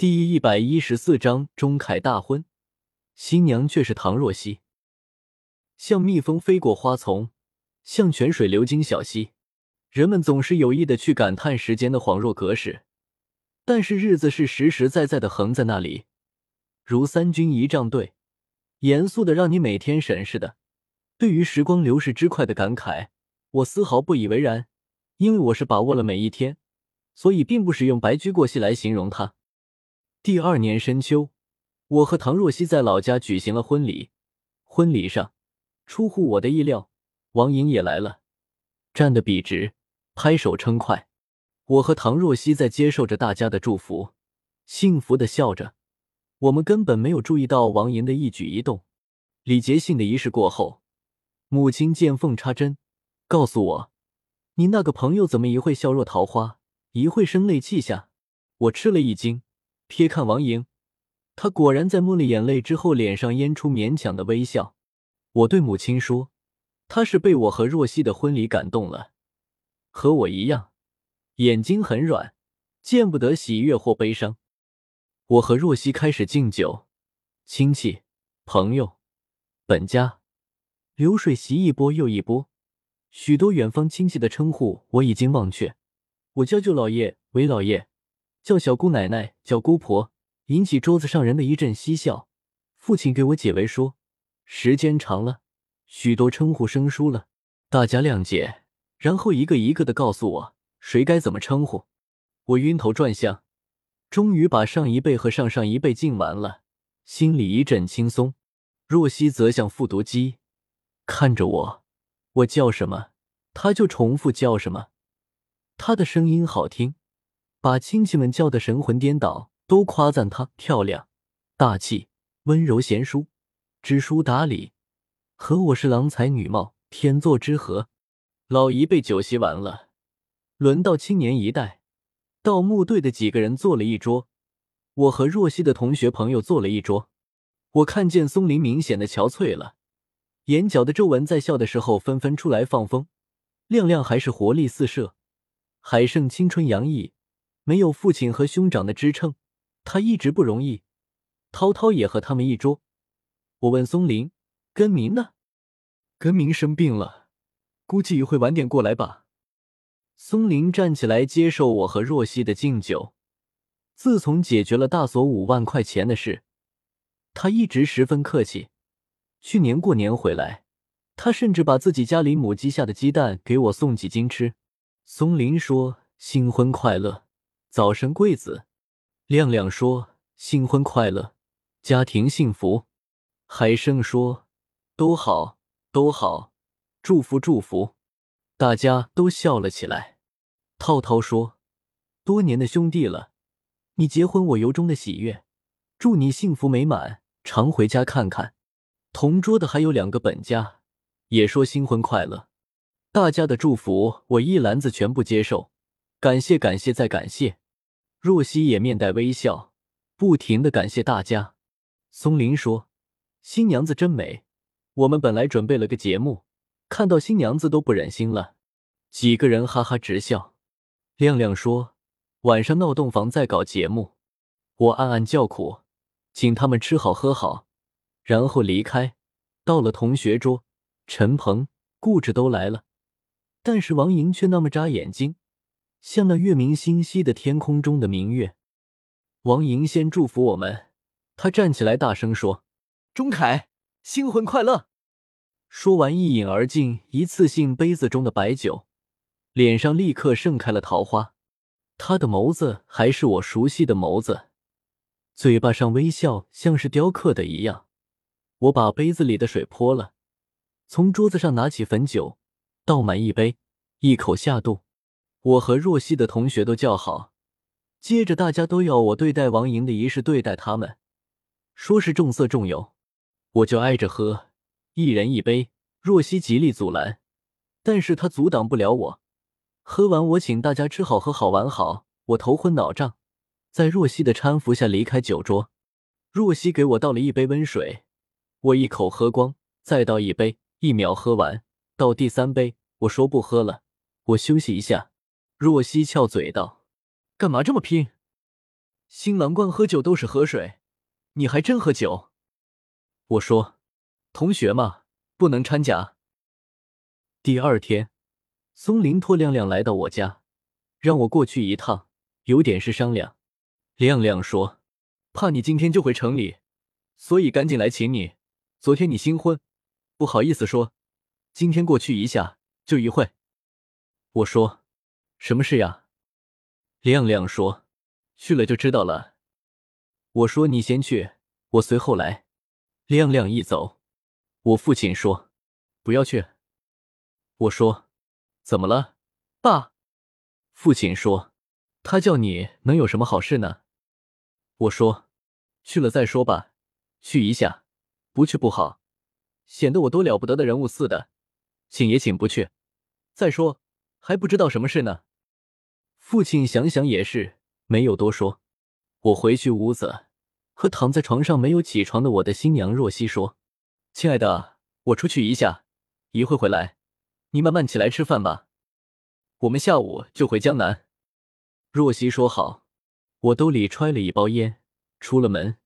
第114章钟凯大婚，新娘却是唐若曦。像蜜蜂飞过花丛，像泉水流经小溪，人们总是有意的去感叹时间的恍若隔世，但是日子是实实在在的横在那里，如三军仪仗队，严肃的让你每天审视的。对于时光流逝之快的感慨，我丝毫不以为然，因为我是把握了每一天，所以并不使用白驹过隙来形容它。第2年深秋，我和唐若曦在老家举行了婚礼。婚礼上，出乎我的意料，王莹也来了，站得笔直，拍手称快。我和唐若曦在接受着大家的祝福，幸福地笑着。我们根本没有注意到王莹的一举一动。礼节性的仪式过后，母亲见缝插针，告诉我：“你那个朋友怎么一会笑若桃花，一会声泪泣下？”我吃了一惊。瞥看王莹，她果然在抹了眼泪之后，脸上淹出勉强的微笑。我对母亲说，她是被我和若曦的婚礼感动了，和我一样，眼睛很软，见不得喜悦或悲伤。我和若曦开始敬酒，亲戚、朋友、本家，流水席一波又一波，许多远方亲戚的称呼我已经忘却，我叫舅老爷为老爷，叫小姑奶奶叫姑婆，引起桌子上人的一阵嬉笑。父亲给我解围说，时间长了，许多称呼生疏了，大家谅解，然后一个一个的告诉我谁该怎么称呼。我晕头转向，终于把上一辈和上上一辈敬完了，心里一阵轻松。若曦则像复读机，看着我，我叫什么她就重复叫什么，她的声音好听，把亲戚们叫得神魂颠倒，都夸赞她漂亮、大气、温柔贤淑、知书达理，和我是郎才女貌，天作之合。老一辈酒席完了，轮到青年一代，盗墓队的几个人坐了一桌，我和若曦的同学朋友坐了一桌。我看见松林明显的憔悴了，眼角的皱纹在笑的时候纷纷出来放风，亮亮还是活力四射，海胜青春洋溢，没有父亲和兄长的支撑，他一直不容易。涛涛也和他们一桌。我问松林，根明呢？根明生病了，估计会晚点过来吧。松林站起来接受我和若曦的敬酒。自从解决了大锁5万块钱的事，他一直十分客气。去年过年回来，他甚至把自己家里母鸡下的鸡蛋给我送几斤吃。松林说新婚快乐，早生贵子。亮亮说新婚快乐，家庭幸福。海胜说都好都好，祝福祝福。大家都笑了起来。涛涛说多年的兄弟了，你结婚我由衷的喜悦，祝你幸福美满，常回家看看。同桌的还有2个本家，也说新婚快乐。大家的祝福我一篮子全部接受，感谢感谢再感谢。若曦也面带微笑，不停地感谢大家。松林说新娘子真美，我们本来准备了个节目，看到新娘子都不忍心了。几个人哈哈直笑。亮亮说晚上闹洞房再搞节目。我暗暗叫苦，请他们吃好喝好，然后离开。到了同学桌，陈鹏、顾志都来了，但是王莹却那么眨眼睛，像那月明星稀的天空中的明月。王莹先祝福我们，她站起来大声说钟凯新婚快乐。说完一饮而尽一次性杯子中的白酒，脸上立刻盛开了桃花。她的眸子还是我熟悉的眸子，嘴巴上微笑像是雕刻的一样。我把杯子里的水泼了，从桌子上拿起汾酒，倒满一杯，一口下肚。我和若曦的同学都叫好，接着大家都要我对待王莹的仪式对待他们，说是重色重友，我就挨着喝，一人一杯。若曦极力阻拦，但是她阻挡不了我。喝完我请大家吃好喝好玩好，我头昏脑胀，在若曦的搀扶下离开酒桌。若曦给我倒了一杯温水，我一口喝光，再倒一杯，1秒喝完。到第3杯，我说不喝了，我休息一下。若曦翘嘴道干嘛这么拼？ 新郎官喝酒都是喝水，你还真喝酒？我说，同学嘛，不能掺假。第二天，松林托亮亮来到我家，让我过去一趟，有点事商量。亮亮说，怕你今天就回城里，所以赶紧来请你。昨天你新婚，不好意思说，今天过去一下，就一会。我说，什么事呀？亮亮说，去了就知道了。我说你先去，我随后来。亮亮一走，我父亲说，不要去。我说，怎么了，爸？父亲说，他叫你能有什么好事呢？我说，去了再说吧，去一下，不去不好，显得我多了不得的人物似的，请也请不去。再说，还不知道什么事呢。父亲想想也是，没有多说。我回去屋子，和躺在床上没有起床的我的新娘若曦说，亲爱的，我出去一下，一会回来，你慢慢起来吃饭吧。我们下午就回江南。若曦说好。我兜里揣了一包烟，出了门，